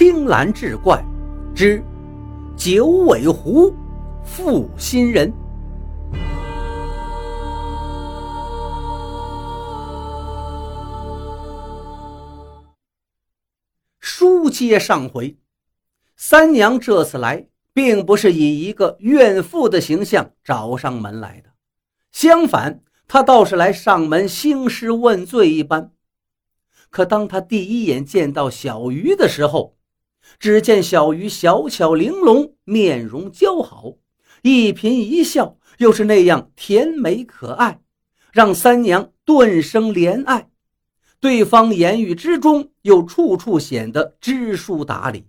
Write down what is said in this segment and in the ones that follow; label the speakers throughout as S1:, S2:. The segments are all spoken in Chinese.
S1: 青蓝志怪之九尾狐负心人。书接上回，三娘这次来并不是以一个怨妇的形象找上门来的，相反，她倒是来上门兴师问罪一般。可当她第一眼见到小鱼的时候，只见小鱼小巧玲珑，面容姣好，一颦一笑又是那样甜美可爱，让三娘顿生怜爱。对方言语之中又处处显得知书达理。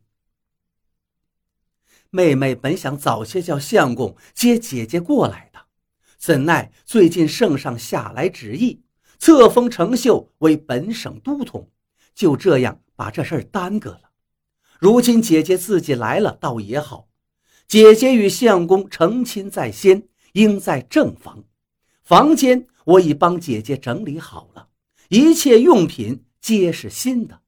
S1: 妹妹本想早些叫相公接姐姐过来的，怎奈最近圣上下来旨意，册封程秀为本省都统，就这样把这事儿耽搁了。如今姐姐自己来了倒也好，姐姐与相公成亲在先，应在正房，房间我已帮姐姐整理好了，一切用品皆是新的。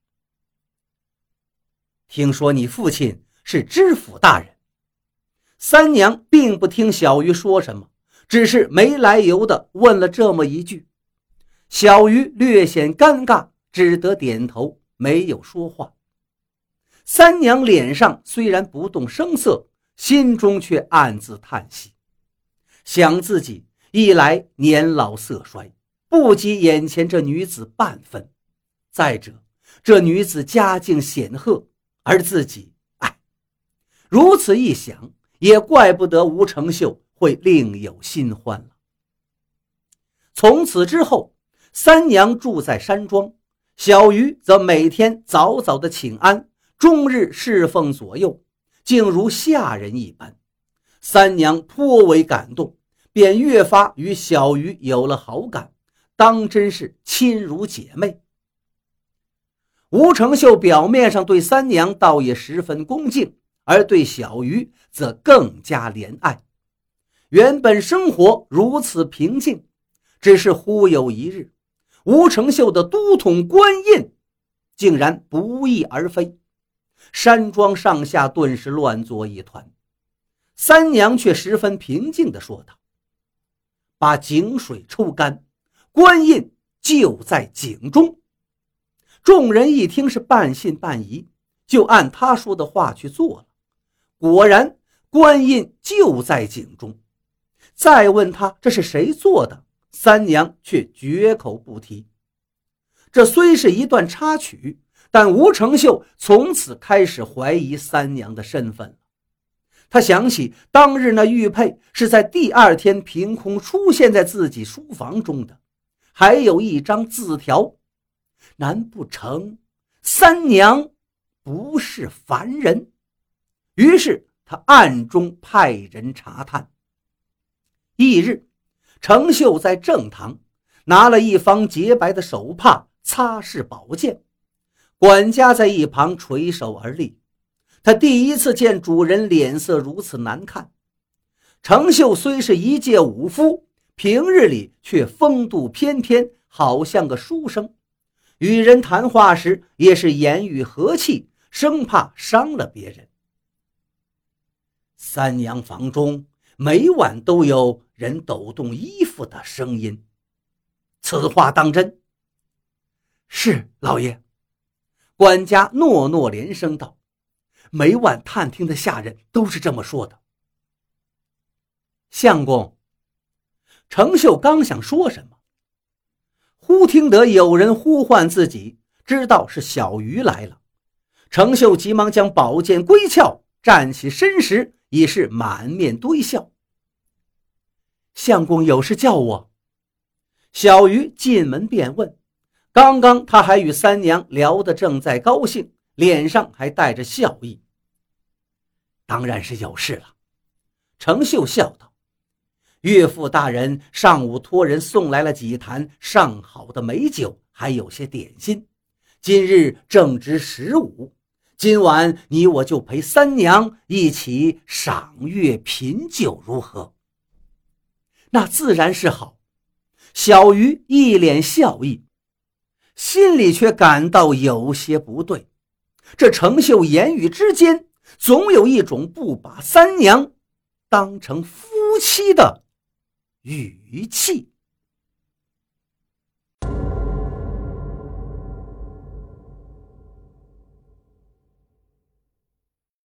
S1: 听说你父亲是知府大人。三娘并不听小鱼说什么，只是没来由地问了这么一句。小鱼略显尴尬，只得点头，没有说话。三娘脸上虽然不动声色，心中却暗自叹息，想自己一来年老色衰，不及眼前这女子半分，再者这女子家境显赫，而自己如此一想，也怪不得吴承秀会另有新欢了。从此之后，三娘住在山庄，小鱼则每天早早的请安，终日侍奉左右，竟如下人一般。三娘颇为感动，便越发与小鱼有了好感，当真是亲如姐妹。吴承秀表面上对三娘倒也十分恭敬，而对小鱼则更加怜爱。原本生活如此平静，只是忽有一日，吴承秀的都统官印竟然不翼而飞，山庄上下顿时乱作一团。三娘却十分平静地说道：把井水抽干，官印就在井中。众人一听是半信半疑，就按他说的话去做了。果然官印就在井中。再问他这是谁做的，三娘却绝口不提。这虽是一段插曲，但吴承秀从此开始怀疑三娘的身份了。他想起当日那玉佩是在第二天凭空出现在自己书房中的，还有一张字条，难不成三娘不是凡人？于是他暗中派人查探。翌日，程秀在正堂拿了一方洁白的手帕擦拭宝剑，管家在一旁垂手而立。他第一次见主人脸色如此难看。程秀虽是一介武夫，平日里却风度翩翩，好像个书生，与人谈话时也是言语和气，生怕伤了别人。三娘房中每晚都有人抖动衣服的声音，此话当真？是，老爷。管家诺诺连声道，每晚探听的下人都是这么说的。相公，程秀刚想说什么，忽听得有人呼唤自己，知道是小鱼来了。程秀急忙将宝剑归鞘，站起身时已是满面堆笑。相公有事叫我。小鱼进门便问，刚刚他还与三娘聊得正在高兴，脸上还带着笑意。当然是有事了。程秀笑道，岳父大人上午托人送来了几坛上好的美酒，还有些点心，今日正值15，今晚你我就陪三娘一起赏月品酒如何？那自然是好。小鱼一脸笑意，心里却感到有些不对。 这程秀言语之间总有一种不把三娘当成夫妻的语气。